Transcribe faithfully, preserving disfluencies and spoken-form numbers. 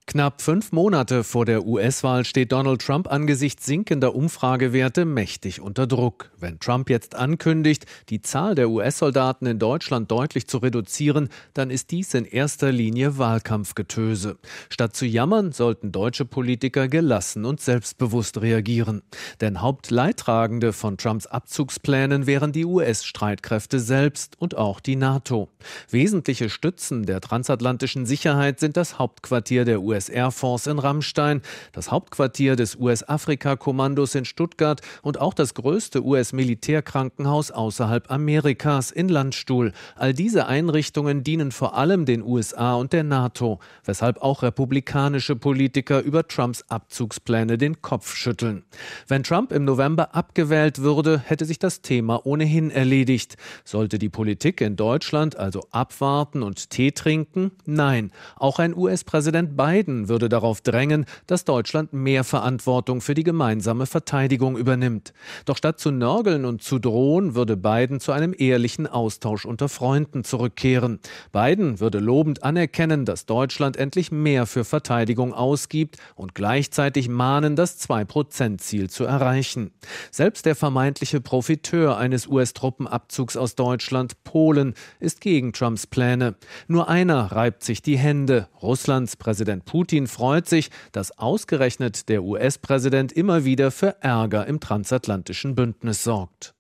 Knapp fünf Monate vor der U S-Wahl steht Donald Trump angesichts sinkender Umfragewerte mächtig unter Druck. Wenn Trump jetzt ankündigt, die Zahl der U S-Soldaten in Deutschland deutlich zu reduzieren, dann ist dies in erster Linie Wahlkampfgetöse. Statt zu jammern, sollten deutsche Politiker gelassen und selbstbewusst reagieren. Denn Hauptleidtragende von Trumps Abzugsplänen wären die U S-Streitkräfte selbst und auch die NATO. Wesentliche Stützen der transatlantischen Sicherheit sind das Hauptquartier der U S Air Force in Ramstein, das Hauptquartier des U S-Afrika-Kommandos in Stuttgart und auch das größte U S-Militärkrankenhaus außerhalb Amerikas in Landstuhl. All diese Einrichtungen dienen vor allem den U S A und der NATO, weshalb auch republikanische Politiker über Trumps Abzugspläne den Kopf schütteln. Wenn Trump im November abgewählt würde, hätte sich das Thema ohnehin erledigt. Sollte die Politik in Deutschland also abwarten und Tee trinken? Nein, auch ein U S-Präsident Biden würde darauf drängen, dass Deutschland mehr Verantwortung für die gemeinsame Verteidigung übernimmt. Doch statt zu nörgeln und zu drohen, würde Biden zu einem ehrlichen Austausch unter Freunden zurückkehren. Biden würde lobend anerkennen, dass Deutschland endlich mehr für Verteidigung ausgibt und gleichzeitig mahnen, das zwei Prozent Ziel zu erreichen. Selbst der vermeintliche Profiteur eines U S-Truppenabzugs aus Deutschland, Polen, ist gegen Trumps Pläne. Nur einer reibt sich die Hände. Russlands Präsident Putin freut sich, dass ausgerechnet der U S-Präsident immer wieder für Ärger im transatlantischen Bündnis sorgt.